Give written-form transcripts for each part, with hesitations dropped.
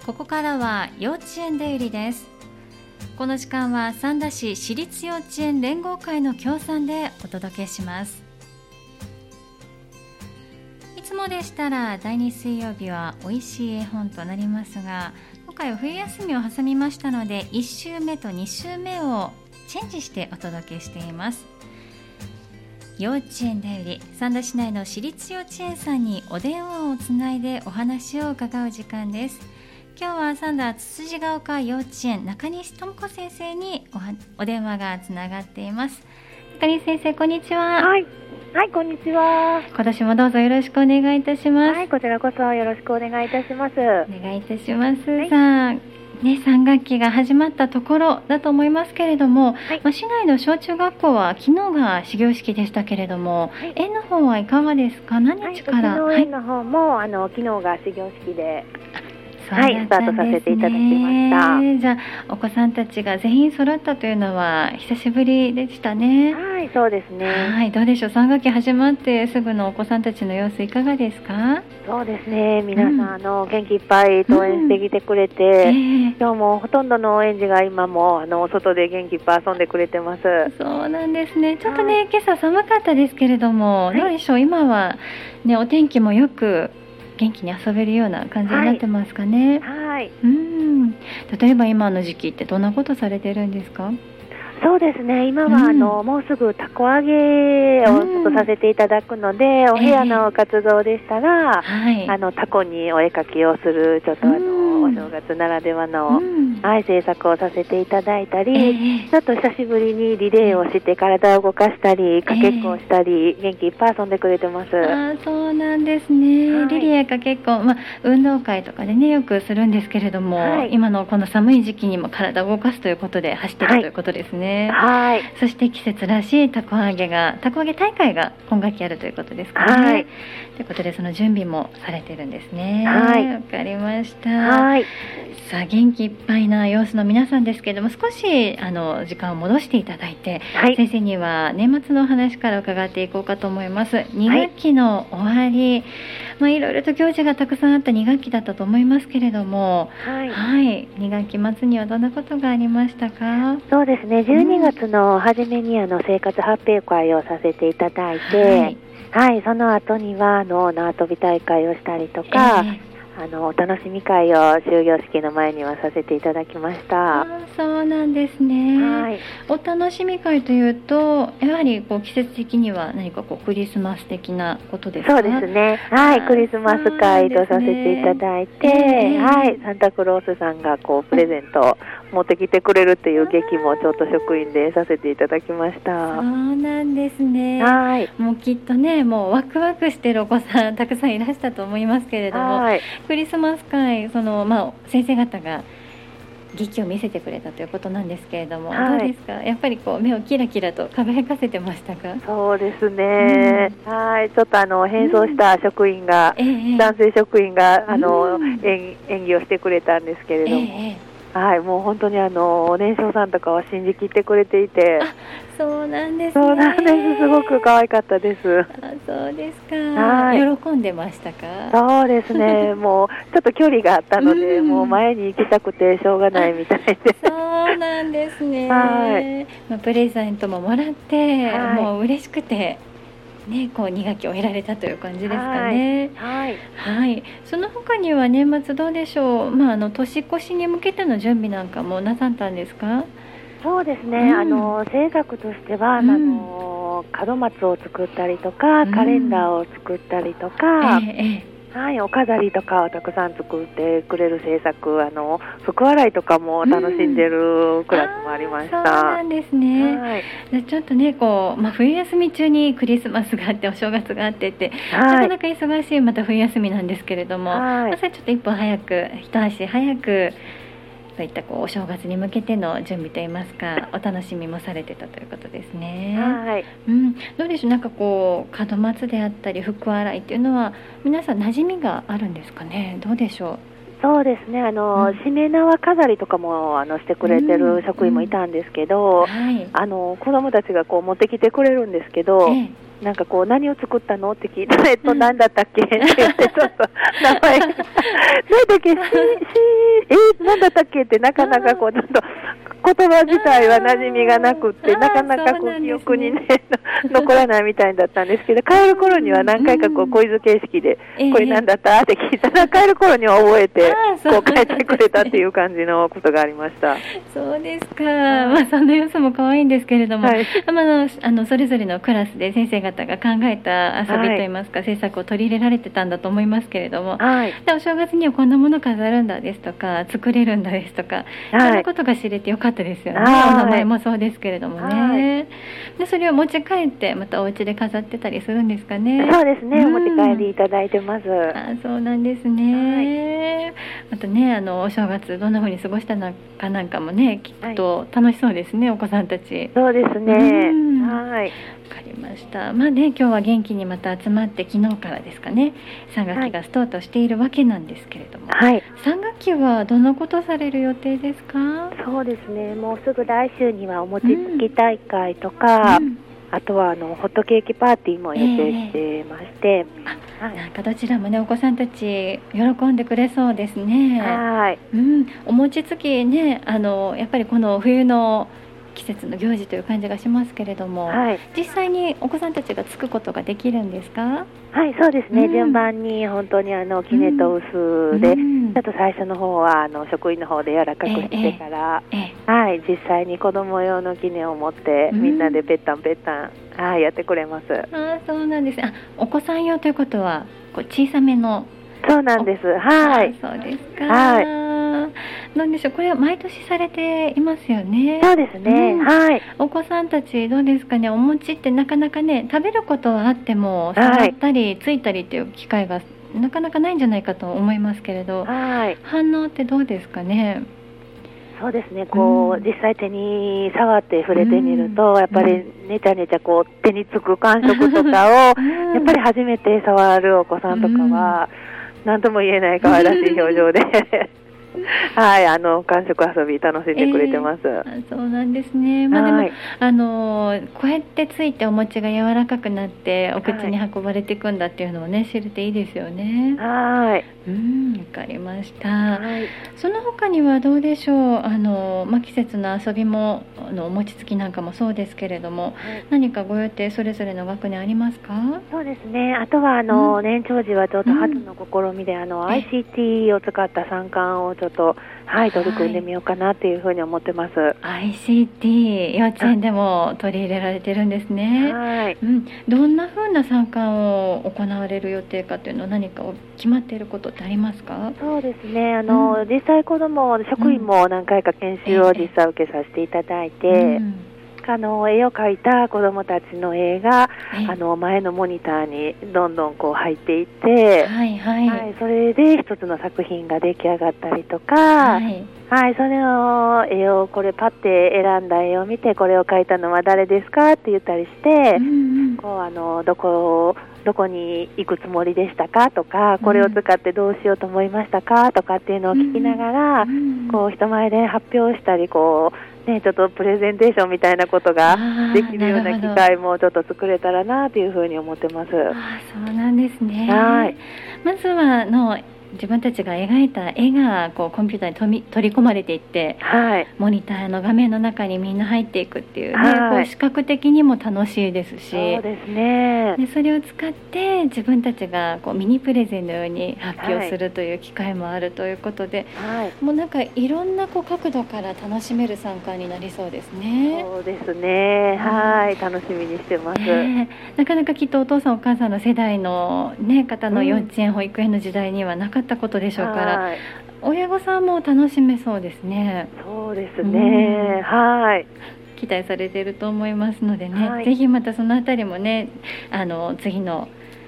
ここからは幼稚園だよりです。この時間は三田市私立幼稚園連合会の協賛でお届けします。いつもでしたら第2水曜日はおいしい絵本となりますが、今回は冬休みを挟みましたので1週目と2週目をチェンジしてお届けしています。幼稚園だより三田市内の私立幼稚園さんにお電話をつないでお話を伺う時間です。今日は三田つつじが丘幼稚園中西智子先生にお電話がつながっています。中西先生、こんにちは。 はい、こんにちは。 今年もどうぞよろしくお願いいたします。 はい、こちらこそよろしくお願いいたします。お願いいたします。さあ、3学期が始まったところだと思いますけれども、市内の小中学校は昨日が始業式でしたけれども、園の方はいかがですか？何日から？ うちの園の方も昨日が始業式でスタートさせていただきました。 じゃあお子さんたちが全員揃ったというのは久しぶりでしたね。 はい、そうですね。 はい、どうでしょう、3学期始まってすぐのお子さんたちの様子いかがですか？ そうですね、皆さん、元気いっぱい登園してきてくれて、今日もほとんどの園児が今も外で元気いっぱい遊んでくれてます。 そうなんですね。ちょっとね、今朝寒かったですけれども、どうでしょう、今はね、お天気もよく元気に遊べるような感じになってますかね。 はい。 例えば今の時期ってどんなことされてるんですか？ そうですね、今はもうすぐたこ揚げをちょっとさせていただくので、お部屋の活動でしたら、たこにお絵かきをするちょっとお正月ならではの、制作をさせていただいたり、ちょっと久しぶりにリレーをして体を動かしたり、かけっこをしたり、元気いっぱい遊んでくれてます。 そうなんですね。リレーかけっこ、運動会とかでねよくするんですけれども、今のこの寒い時期にも体を動かすということで走ってるということですね。そして季節らしいたこ揚げ大会が今学期あるということですかね。ということでその準備もされてるんですね。わかりました。さあ、元気いっぱいな様子の皆さんですけれども、少し時間を戻していただいて、先生には年末のお話から伺っていこうかと思います。2学期の終わり、いろいろと行事がたくさんあった2学期だったと思いますけれども、2学期末にはどんなことがありましたか？ そうですね、12月の初めに生活発表会をさせていただいて、その後には縄跳び大会をしたりとか、お楽しみ会を終業式の前にはさせていただきました。 そうなんですね。お楽しみ会というと、やはり季節的には何かクリスマス的なことですか？ そうですね。クリスマス会とさせていただいて、サンタクロースさんがプレゼントを持ってきてくれるっていう劇もちょっと職員でさせていただきました。 そうなんですね。もうきっとね、もうワクワクしてるお子さんたくさんいらしたと思いますけれども、クリスマス会、先生方が劇を見せてくれたということなんですけれども、どうですか？やっぱり目をキラキラと輝かせてましたか？ そうですね。ちょっと変装した職員が、男性職員が演技をしてくれたんですけれども。もう本当に年少さんとかは信じきってくれていて、 そうなんですね。 そうなんです。すごく可愛かったです。 そうですか。喜んでましたか？ そうですね。もうちょっと距離があったので、もう前に行きたくてしょうがないみたいで。 そうなんですね。プレゼントももらって、もう嬉しくて。2学期を終えられたという感じですかね。その他には年末どうでしょう。年越しに向けての準備なんかもなさったんですか？ そうですね。制作としては、門松を作ったりとか、カレンダーを作ったりとか。お飾りとかをたくさん作ってくれる制作、福洗いとかも楽しんでるクラスもありました。 そうなんですね。ちょっとね、冬休み中にクリスマスがあってお正月があってって、なかなか忙しいまた冬休みなんですけれども、それちょっと一足早くそういったお正月に向けての準備といいますか、お楽しみもされてたということですね。どうでしょう、なんか門松であったり福洗いっていうのは皆さん馴染みがあるんですかね？どうでしょう？ そうですね。しめ縄飾りとかもしてくれてる職員もいたんですけど、子供たちが持ってきてくれるんですけど、 なんかこう何を作ったのって聞いたら何だったっけって言ってちょっと名前何だっけ何だったっけってなかなかこうちょっと言葉自体は馴染みがなくってなかなかこう記憶にね残らないみたいだったんですけど、帰る頃には何回かこうクイズ形式でこれ何だったって聞いたら帰る頃には覚えてこう帰ってくれたっていう感じのことがありました。 そうですか。まあその様子も可愛いんですけれども、それぞれのクラスで先生方が考えた遊びといいますか、制作を取り入れられてたんだと思いますけれども、お正月にはこんなもの飾るんだですとか作れるんだですとか、そんなことが知れてよかったですよね。お名前もそうですけれどもね。でそれを持ち帰ってまたお家で飾ってたりするんですかね。 そうですね、お持ち帰りいただいてます。 そうなんですね。またね、お正月どんな風に過ごしたのかなんかもね、きっと楽しそうですね、お子さんたち。 そうですね。はい。 わかりました。まあね、今日は元気にまた集まって昨日からですかね、3学期がスタートしているわけなんですけれども、3学期はどんなことされる予定ですか？ そうですね、もうすぐ来週にはお餅つき大会とか、あとはホットケーキパーティーも予定してまして、 なんかどちらもねお子さんたち喜んでくれそうですね。お餅つきね、やっぱりこの冬の季節の行事という感じがしますけれども、実際にお子さんたちがつくことができるんですか？ はい、そうですね、順番に本当にきねと薄で、ちょっと最初の方は職員の方で柔らかくしてから、実際に子供用のきねを持ってみんなでぺったんぺったんやってくれます。 そうなんです。お子さん用ということはこう小さめの。 そうなんです。 そうですか。なんでしょう、これは毎年されていますよね。 そうですね。 お子さんたちどうですかね。お餅ってなかなかね、食べることはあっても触ったりついたりっていう機会がなかなかないんじゃないかと思いますけれど、反応ってどうですかね。 そうですね、こう実際手に触って触れてみると、やっぱりねちゃねちゃこう手につく感触とかをやっぱり初めて触るお子さんとかは何とも言えない可愛らしい表情で感触遊び楽しんでくれてます。 そうなんですね。まあでも、こうやってついてお餅が柔らかくなってお口に運ばれていくんだっていうのをね知れていいですよね。わかりました。その他にはどうでしょう。季節の遊びもお餅つきなんかもそうですけれども、何かご予定それぞれの学年ありますか？ そうですね。あとは年長時はちょっと初の試みでICT を使った参観をちょっと取り組んでみようかなっていうふうに思ってます。 ICT 幼稚園でも取り入れられてるんですね。どんなふうな参観を行われる予定かというのは何か決まっていることってありますか？ そうですね。実際子ども職員も何回か研修を実際受けさせていただいて。絵を描いた子どもたちの絵が前のモニターにどんどんこう入っていって、それで一つの作品が出来上がったりとか、それの絵をこれパッて選んだ絵を見てこれを描いたのは誰ですかって言ったりして、こうどこに行くつもりでしたかとか、これを使ってどうしようと思いましたかとかっていうのを聞きながら、こう人前で発表したりこうちょっとプレゼンテーションみたいなことができるような機会もちょっと作れたらなというふうに思ってます。 そうなんですね。まずは自分たちが描いた絵がこうコンピューターに取り込まれていって、モニターの画面の中にみんな入っていくっていうね、こう視覚的にも楽しいですし、 そうですね。 でそれを使って自分たちがこうミニプレゼンのように発表するという機会もあるということで、もうなんかいろんなこう角度から楽しめる参観になりそうですね。 そうですね。楽しみにしてます。 なかなかきっとお父さんお母さんの世代の方の幼稚園、保育園の時代にはなかったことでしょうから、親御さんも楽しめそうですね。 そうですね。 期待されていると思いますのでね、ぜひまたそのあたりもね次の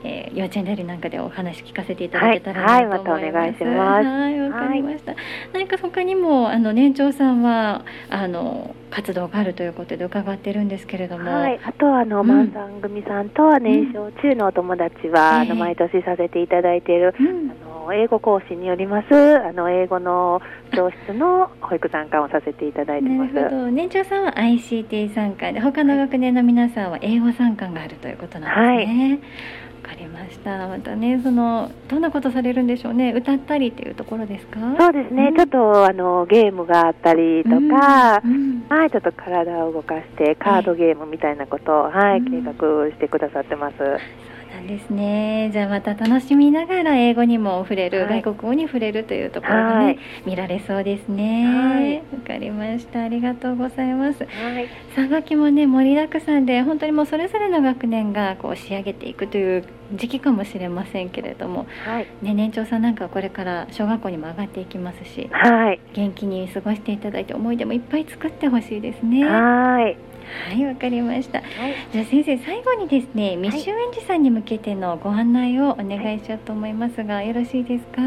幼稚園でありなんかでお話聞かせていただけたらなと思います。 またお願いします。 はい、わかりました。何か他にも年長さんは活動があるということで伺ってるんですけれども、 あとは万さん組さんとは年少中のお友達は、毎年させていただいている、英語講師によります英語の教室の保育参観をさせていただいてます。 なるほど。年長さんは ICT 参観で、他の学年の皆さんは英語参観があるということなんですね。わかりました。またね、どんなことされるんでしょうね。歌ったりっていうところですか？ そうですね。ちょっとゲームがあったりとか、ちょっと体を動かしてカードゲームみたいなことを、計画してくださってます。 なんですね。じゃあまた楽しみながら英語にも触れる、外国語に触れるというところがね、見られそうですね。わかりました。ありがとうございます。3学期もね、盛りだくさんで、本当にもうそれぞれの学年が仕上げていくという時期かもしれませんけれども、年長さんなんかはこれから小学校にも上がっていきますし、元気に過ごしていただいて、思い出もいっぱい作ってほしいですね。はい、わかりました。じゃあ先生、最後にですね、未就園児さんに向けてのご案内をお願いしようと思いますが、よろしいですか？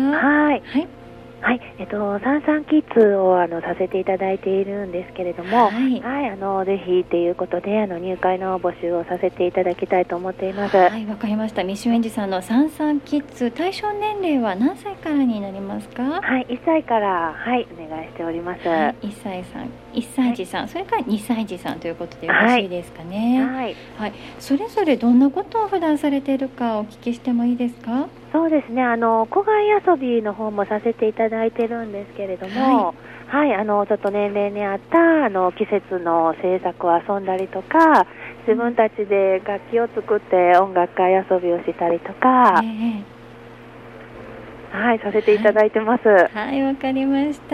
サンサンキッズをさせていただいているんですけれども、ぜひということで入会の募集をさせていただきたいと思っています。 はい、わかりました。未就園児さんのサンサンキッズ、対象年齢は何歳からになりますか ？1歳からお願いしております。 1歳児さん、それから2歳児さんということでよろしいですかね。それぞれどんなことを普段されているかお聞きしてもいいですか？ そうですね。校外遊びの方もさせていただいてるんですけれども、ちょっと年齢に合った季節の制作を遊んだりとか、自分たちで楽器を作って音楽会遊びをしたりとか、させていただいてます。 はい、わかりました。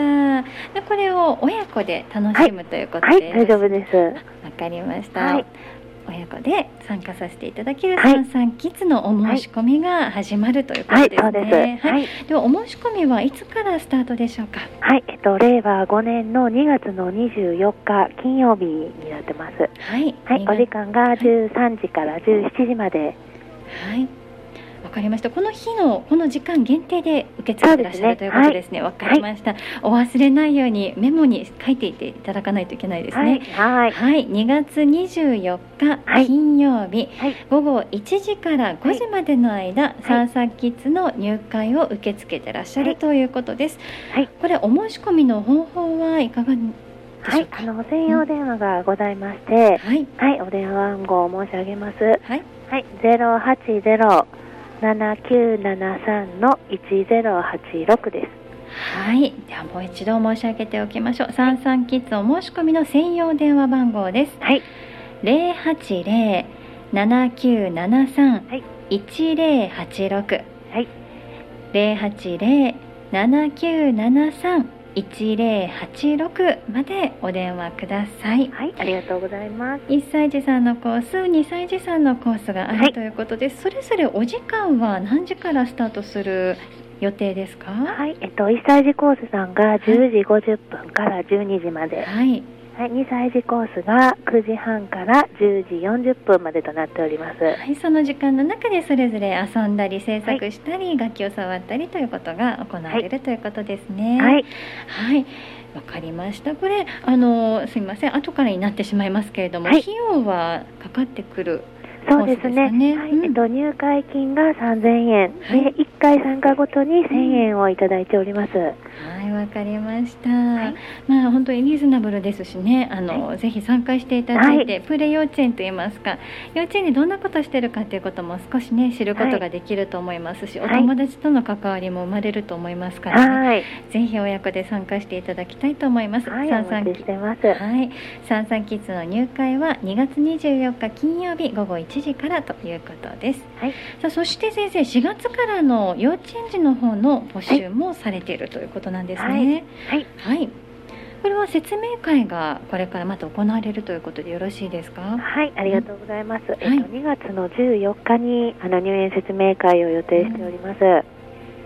これを親子で楽しむということで、 大丈夫です。 わかりました。親子で参加させていただけるサンサンキッズのお申し込みが始まるということですね。ではお申し込みはいつからスタートでしょうか？ 令和5年の2月の24日金曜日になってます。お時間が13時から17時まで。 わかりました。この日のこの時間限定で受け付けていらっしゃるということですね。わかりました。お忘れないようにメモに書いていていただかないといけないですね。2月24日金曜日、午後1時から5時までの間、サンサンキッズの入会を受け付けていらっしゃるということです。これお申し込みの方法はいかがでしょうか？ 専用電話がございまして、お電話番号を申し上げます。080-7973-1086です。 ではもう一度申し上げておきましょう。サンサンキッズお申し込みの専用電話番号です。080-7973-1086。080-7973-1086までお電話ください。 ありがとうございます。 1歳児さんのコース、2歳児さんのコースがあるということです。それぞれお時間は何時からスタートする予定ですか ？1歳児コースさんが10時50分から12時まで。2歳児コースが9時半から10時40分までとなっております。 その時間の中でそれぞれ遊んだり制作したり、楽器を触ったりということが行われるということですね。わかりました。これすみません、後からになってしまいますけれども、費用はかかってくる？ そうですね。入会金が3000円で、1回参加ごとに1000円をいただいております。 わかりました。本当にリーズナブルですしね、ぜひ参加していただいて、プレ幼稚園といいますか、幼稚園でどんなことをしてるかということも少しね知ることができると思いますし、お友達との関わりも生まれると思いますからね、ぜひ親子で参加していただきたいと思います。サンサンキッズの入会は2月24日金曜日午後1時からということです。そして先生、4月からの幼稚園児の方の募集もされているということなんですね。これは説明会がこれからまた行われるということでよろしいですか？ ありがとうございます。2月の14日に入園説明会を予定しております。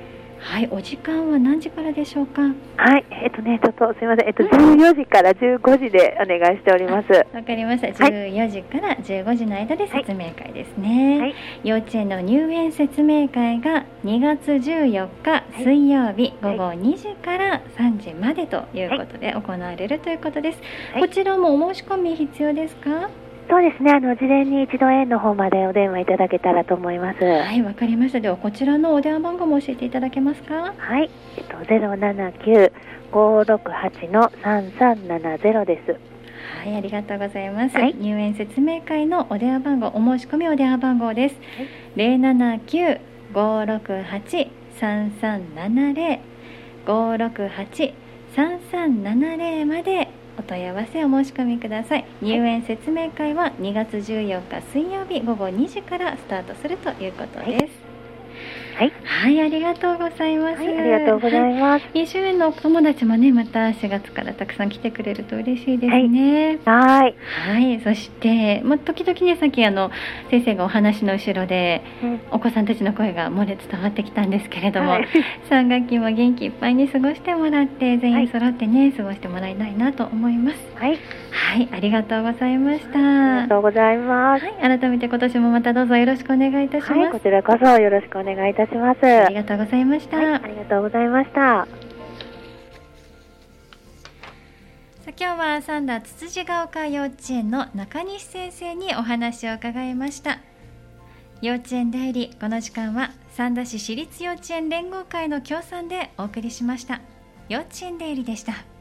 はい、お時間は何時からでしょうか？ はい、ちょっとすみません、14時から15時でお願いしております。 わかりました。14時から15時の間で説明会ですね。はい、幼稚園の入園説明会が2月14日水曜日午後2時から3時までということで行われるということです。はい、こちらもお申し込み必要ですか？ そうですね、事前に一度園の方までお電話いただけたらと思います。 はい、わかりました。ではこちらのお電話番号も教えていただけますか？ はい、079-568-3370です。 はい、ありがとうございます。はい、入園説明会のお電話番号、お申し込みお電話番号です。はい、079-568-3370 568-3370までお問い合わせお申し込みください。入園説明会は2月14日水曜日午後2時からスタートするということです。はい、はい、ありがとうございます。 はい、ありがとうございます。 2週園のお友達もね、また4月からたくさん来てくれると嬉しいですね。 はい、 はい、そして、時々ね、さっき先生がお話の後ろで、お子さんたちの声が漏れ伝わってきたんですけれども、3学期も元気いっぱいに過ごしてもらって、全員揃ってね、過ごしてもらいたいなと思います。はい、はい、ありがとうございました。 ありがとうございます。 はい、改めて今年もまたどうぞよろしくお願いいたします。はい、 こちらこそよろしくお願いいたします。 ありがとうございました。はい、 ありがとうございました。 今日は三田つつじが丘幼稚園の中西先生にお話を伺いました。幼稚園デイリー、この時間は三田市私立幼稚園連合会の協賛でお送りしました。幼稚園デイリーでした。